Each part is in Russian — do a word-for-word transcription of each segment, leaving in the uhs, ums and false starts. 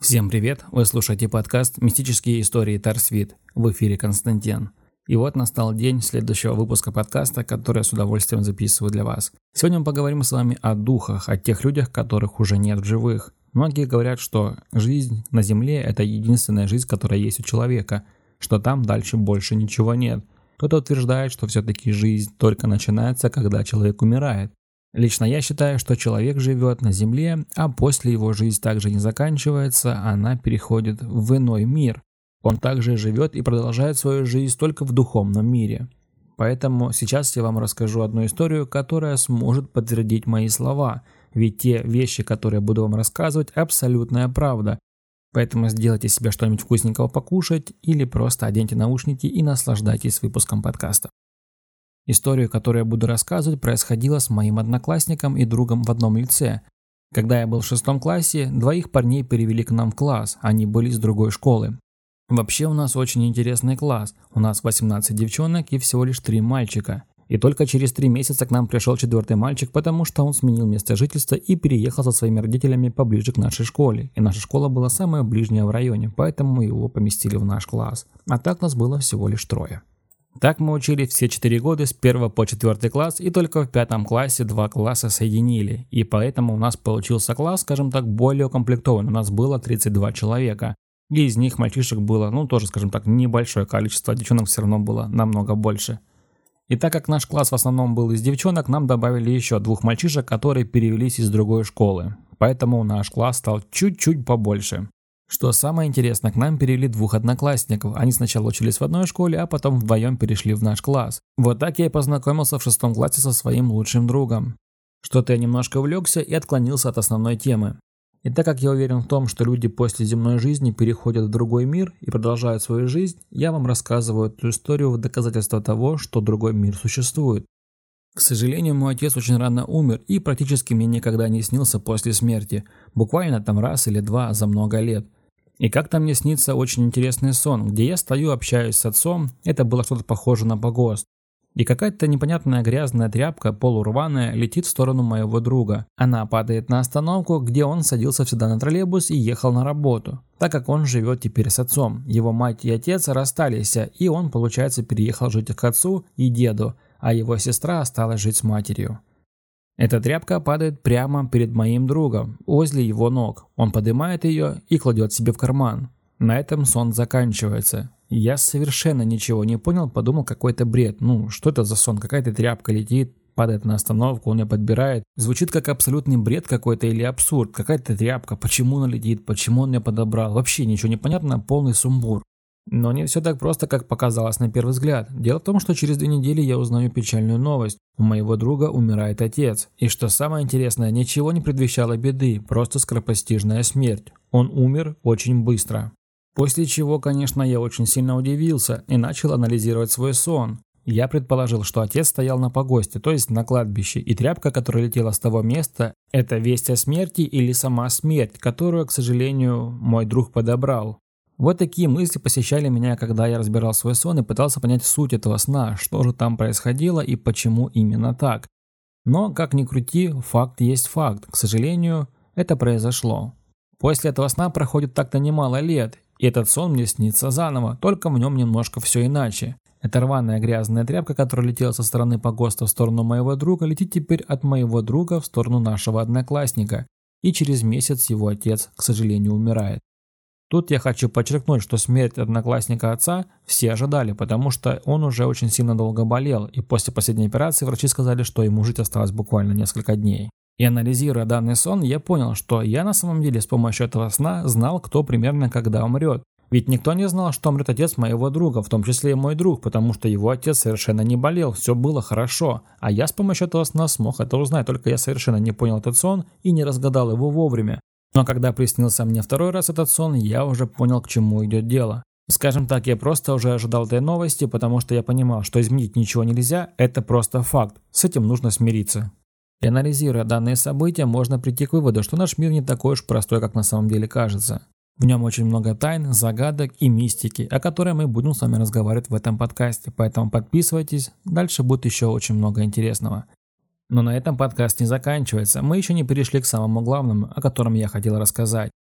Всем привет! Вы слушаете подкаст «Мистические истории Торсвит». В эфире Константин. И вот настал день следующего выпуска подкаста, который я с удовольствием записываю для вас. Сегодня мы поговорим с вами о духах, о тех людях, которых уже нет в живых. Многие говорят, что жизнь на Земле – это единственная жизнь, которая есть у человека, что там дальше больше ничего нет. Кто-то утверждает, что все-таки жизнь только начинается, когда человек умирает. Лично я считаю, что человек живет на Земле, а после его жизнь также не заканчивается, она переходит в иной мир. Он также живет и продолжает свою жизнь только в духовном мире. Поэтому сейчас я вам расскажу одну историю, которая сможет подтвердить мои слова, ведь те вещи, которые я буду вам рассказывать, абсолютная правда. Поэтому сделайте себе что-нибудь вкусненького покушать или просто оденьте наушники и наслаждайтесь выпуском подкаста. Историю, которую я буду рассказывать, происходила с моим одноклассником и другом в одном лице. Когда я был в шестом классе, двоих парней перевели к нам в класс, они были из другой школы. Вообще у нас очень интересный класс, у нас восемнадцать девчонок и всего лишь три мальчика. И только через три месяца к нам пришел четвертый мальчик, потому что он сменил место жительства и переехал со своими родителями поближе к нашей школе. И наша школа была самая ближняя в районе, поэтому мы его поместили в наш класс. А так нас было всего лишь трое. Так мы учились все четыре года с первого по четвертый класс, и только в пятом классе два класса соединили. И поэтому у нас получился класс, скажем так, более укомплектованный. У нас было тридцать два человека. И из них мальчишек было, ну тоже, скажем так, небольшое количество, а девчонок все равно было намного больше. И так как наш класс в основном был из девчонок, нам добавили еще двух мальчишек, которые перевелись из другой школы. Поэтому наш класс стал чуть-чуть побольше. Что самое интересное, к нам перевели двух одноклассников. Они сначала учились в одной школе, а потом вдвоем перешли в наш класс. Вот так я и познакомился в шестом классе со своим лучшим другом. Что-то я немножко увлекся и отклонился от основной темы. И так как я уверен в том, что люди после земной жизни переходят в другой мир и продолжают свою жизнь, я вам рассказываю эту историю в доказательство того, что другой мир существует. К сожалению, мой отец очень рано умер и практически мне никогда не снился после смерти. Буквально там раз или два за много лет. И как-то мне снится очень интересный сон, где я стою, общаюсь с отцом, это было что-то похоже на погост. И какая-то непонятная грязная тряпка, полурваная, летит в сторону моего друга. Она падает на остановку, где он садился всегда на троллейбус и ехал на работу, так как он живет теперь с отцом. Его мать и отец расстались, и он, получается, переехал жить к отцу и деду, а его сестра осталась жить с матерью. Эта тряпка падает прямо перед моим другом, возле его ног. Он поднимает ее и кладет себе в карман. На этом сон заканчивается. Я совершенно ничего не понял, подумал, какой-то бред. Ну, что это за сон? Какая-то тряпка летит, падает на остановку, он ее подбирает. Звучит как абсолютный бред какой-то или абсурд. Какая-то тряпка, почему она летит, почему он ее подобрал. Вообще ничего не понятно, полный сумбур. Но не все так просто, как показалось на первый взгляд. Дело в том, что через две недели я узнаю печальную новость. У моего друга умирает отец. И что самое интересное, ничего не предвещало беды, просто скоропостижная смерть. Он умер очень быстро. После чего, конечно, я очень сильно удивился и начал анализировать свой сон. Я предположил, что отец стоял на погосте, то есть на кладбище, и тряпка, которая летела с того места, это весть о смерти или сама смерть, которую, к сожалению, мой друг подобрал. Вот такие мысли посещали меня, когда я разбирал свой сон и пытался понять суть этого сна, что же там происходило и почему именно так. Но, как ни крути, факт есть факт. К сожалению, это произошло. После этого сна проходит так-то немало лет, и этот сон мне снится заново, только в нем немножко все иначе. Эта рваная грязная тряпка, которая летела со стороны погоста в сторону моего друга, летит теперь от моего друга в сторону нашего одноклассника, и через месяц его отец, к сожалению, умирает. Тут я хочу подчеркнуть, что смерть одноклассника отца все ожидали, потому что он уже очень сильно долго болел, и после последней операции врачи сказали, что ему жить осталось буквально несколько дней. И анализируя данный сон, я понял, что я на самом деле с помощью этого сна знал, кто примерно когда умрет. Ведь никто не знал, что умрет отец моего друга, в том числе и мой друг, потому что его отец совершенно не болел, все было хорошо. А я с помощью этого сна смог это узнать, только я совершенно не понял этот сон и не разгадал его вовремя. Но когда приснился мне второй раз этот сон, я уже понял, к чему идет дело. Скажем так, я просто уже ожидал этой новости, потому что я понимал, что изменить ничего нельзя, это просто факт. С этим нужно смириться. И анализируя данные события, можно прийти к выводу, что наш мир не такой уж простой, как на самом деле кажется. В нем очень много тайн, загадок и мистики, о которой мы будем с вами разговаривать в этом подкасте, поэтому подписывайтесь, дальше будет еще очень много интересного. Но на этом подкаст не заканчивается, мы еще не перешли к самому главному, о котором я хотел рассказать.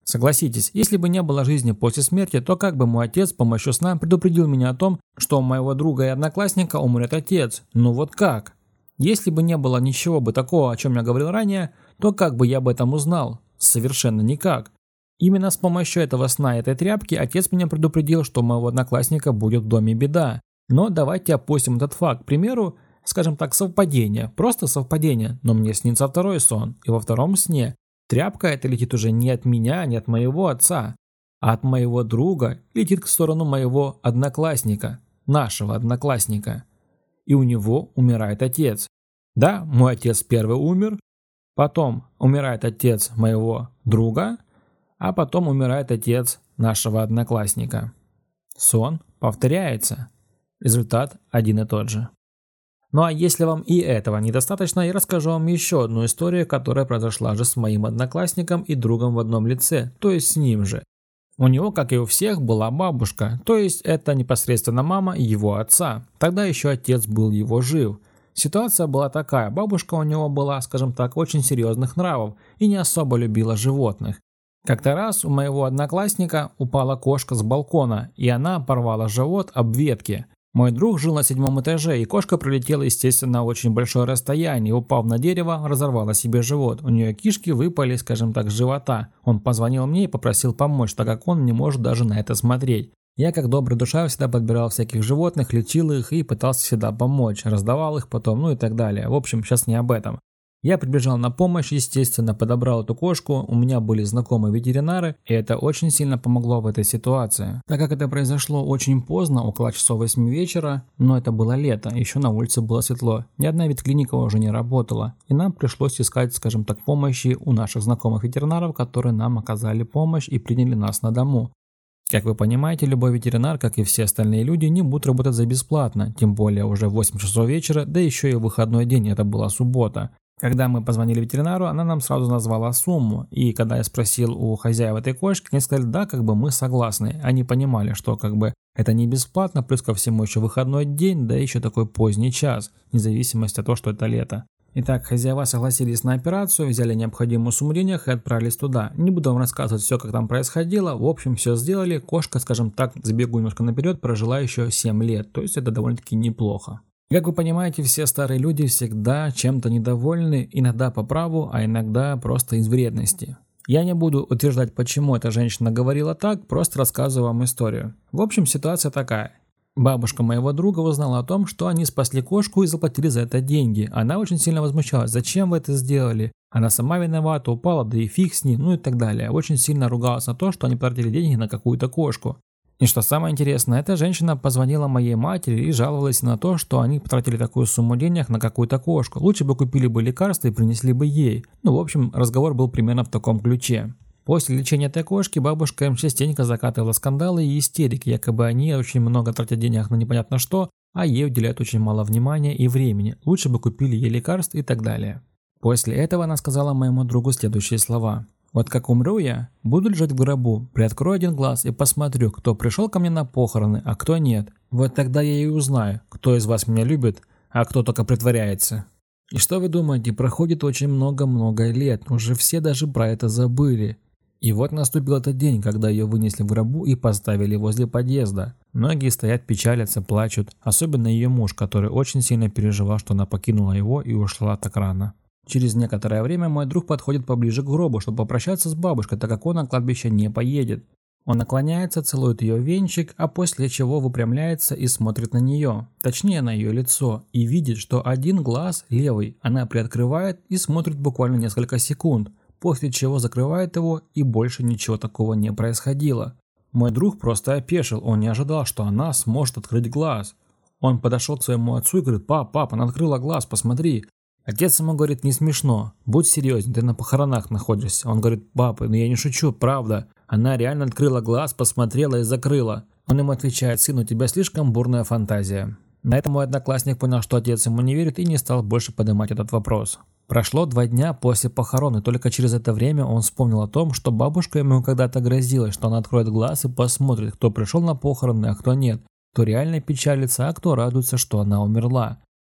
Согласитесь, если бы не было жизни после смерти, то как бы мой отец с помощью сна предупредил меня о том, что у моего друга и одноклассника умрет отец? Ну вот как? Если бы не было ничего бы такого, о чем я говорил ранее, то как бы я об этом узнал? Совершенно никак. Именно с помощью этого сна и этой тряпки отец меня предупредил, что у моего одноклассника будет в доме беда. Но давайте опустим этот факт. К примеру, скажем так, совпадение. Просто совпадение. Но мне снится второй сон. И во втором сне тряпка эта летит уже не от меня, не от моего отца, а от моего друга, летит в сторону моего одноклассника, нашего одноклассника. И у него умирает отец. Да, мой отец первый умер, потом умирает отец моего друга, а потом умирает отец нашего одноклассника. Сон повторяется. Результат один и тот же. Ну а если вам и этого недостаточно, я расскажу вам еще одну историю, которая произошла же с моим одноклассником и другом в одном лице, то есть с ним же. У него, как и у всех, была бабушка, то есть это непосредственно мама его отца. Тогда еще отец был его жив. Ситуация была такая: бабушка у него была, скажем так, очень серьезных нравов и не особо любила животных. Как-то раз у моего одноклассника упала кошка с балкона, и она порвала живот об ветки. Мой друг жил на седьмом этаже, и кошка пролетела, естественно, на очень большое расстояние, упав на дерево, разорвала себе живот. У нее кишки выпали, скажем так, с живота. Он позвонил мне и попросил помочь, так как он не может даже на это смотреть. Я, как добрая душа, всегда подбирал всяких животных, лечил их и пытался всегда помочь, раздавал их потом, ну и так далее. В общем, сейчас не об этом. Я прибежал на помощь, естественно, подобрал эту кошку, у меня были знакомые ветеринары, и это очень сильно помогло в этой ситуации. Так как это произошло очень поздно, около часов восьми вечера, но это было лето, еще на улице было светло, ни одна ветклиника уже не работала, и нам пришлось искать, скажем так, помощи у наших знакомых ветеринаров, которые нам оказали помощь и приняли нас на дому. Как вы понимаете, любой ветеринар, как и все остальные люди, не будет работать за бесплатно, тем более уже в восемь часов вечера, да еще и выходной день, это была суббота. Когда мы позвонили ветеринару, она нам сразу назвала сумму, и когда я спросил у хозяев этой кошки, они сказали, да, как бы мы согласны. Они понимали, что как бы это не бесплатно, плюс ко всему еще выходной день, да еще такой поздний час, вне зависимости от того, что это лето. Итак, хозяева согласились на операцию, взяли необходимую сумму денег и отправились туда. Не буду вам рассказывать все, как там происходило, в общем, все сделали. Кошка, скажем так, забегу немножко наперед, прожила еще семь лет, то есть это довольно-таки неплохо. Как вы понимаете, все старые люди всегда чем-то недовольны, иногда по праву, а иногда просто из вредности. Я не буду утверждать, почему эта женщина говорила так, просто рассказываю вам историю. В общем, ситуация такая. Бабушка моего друга узнала о том, что они спасли кошку и заплатили за это деньги. Она очень сильно возмущалась, зачем вы это сделали? Она сама виновата, упала, да и фиг с ним, ну и так далее. Очень сильно ругалась на то, что они потратили деньги на какую-то кошку. И что самое интересное, эта женщина позвонила моей матери и жаловалась на то, что они потратили такую сумму денег на какую-то кошку. Лучше бы купили бы лекарства и принесли бы ей. Ну, в общем, разговор был примерно в таком ключе. После лечения этой кошки бабушка им частенько закатывала скандалы и истерики, якобы они очень много тратят денег на непонятно что, а ей уделяют очень мало внимания и времени. Лучше бы купили ей лекарств и так далее. После этого она сказала моему другу следующие слова. Вот как умру я, буду лежать в гробу, приоткрою один глаз и посмотрю, кто пришел ко мне на похороны, а кто нет. Вот тогда я и узнаю, кто из вас меня любит, а кто только притворяется. И что вы думаете, проходит очень много-много лет, уже все даже про это забыли. И вот наступил этот день, когда ее вынесли в гробу и поставили возле подъезда. Многие стоят, печалятся, плачут, особенно ее муж, который очень сильно переживал, что она покинула его и ушла так рано. Через некоторое время мой друг подходит поближе к гробу, чтобы попрощаться с бабушкой, так как он на кладбище не поедет. Он наклоняется, целует ее венчик, а после чего выпрямляется и смотрит на нее, точнее на ее лицо, и видит, что один глаз, левый, она приоткрывает и смотрит буквально несколько секунд, после чего закрывает его, и больше ничего такого не происходило. Мой друг просто опешил, он не ожидал, что она сможет открыть глаз. Он подошел к своему отцу и говорит: «Пап, пап, она открыла глаз, посмотри». Отец ему говорит: «Не смешно, будь серьезен, ты на похоронах находишься». Он говорит: «Папа, ну я не шучу, правда. Она реально открыла глаз, посмотрела и закрыла». Он ему отвечает: «Сын, у тебя слишком бурная фантазия». На этом мой одноклассник понял, что отец ему не верит, и не стал больше поднимать этот вопрос. Прошло два дня после похорон, и только через это время он вспомнил о том, что бабушка ему когда-то грозилась, что она откроет глаз и посмотрит, кто пришел на похороны, а кто нет, кто реально печалится, а кто радуется, что она умерла.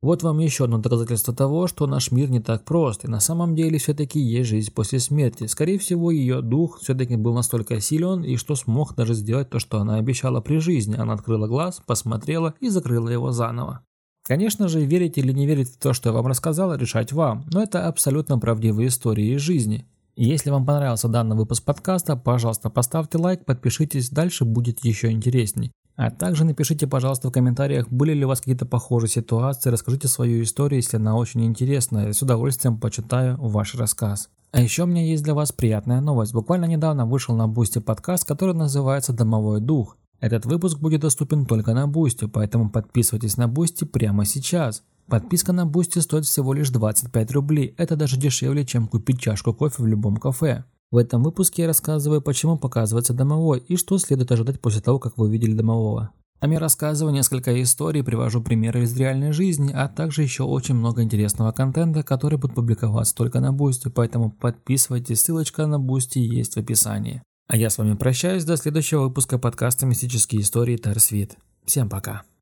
Вот вам еще одно доказательство того, что наш мир не так прост, и на самом деле все-таки есть жизнь после смерти. Скорее всего, ее дух все-таки был настолько силен, и что смог даже сделать то, что она обещала при жизни. Она открыла глаз, посмотрела и закрыла его заново. Конечно же, верить или не верить в то, что я вам рассказал, решать вам, но это абсолютно правдивые истории из жизни. Если вам понравился данный выпуск подкаста, пожалуйста, поставьте лайк, подпишитесь, дальше будет еще интересней. А также напишите, пожалуйста, в комментариях, были ли у вас какие-то похожие ситуации, расскажите свою историю, если она очень интересная, я с удовольствием почитаю ваш рассказ. А еще у меня есть для вас приятная новость. Буквально недавно вышел на Boosty подкаст, который называется «Домовой дух». Этот выпуск будет доступен только на Boosty, поэтому подписывайтесь на Boosty прямо сейчас. Подписка на Boosty стоит всего лишь двадцать пять рублей, это даже дешевле, чем купить чашку кофе в любом кафе. В этом выпуске я рассказываю, почему показывается домовой и что следует ожидать после того, как вы увидели домового. Там я рассказываю несколько историй, привожу примеры из реальной жизни, а также еще очень много интересного контента, который будет публиковаться только на Boosty, поэтому подписывайтесь, ссылочка на Boosty есть в описании. А я с вами прощаюсь до следующего выпуска подкаста «Мистические истории Тарсвит». Всем пока.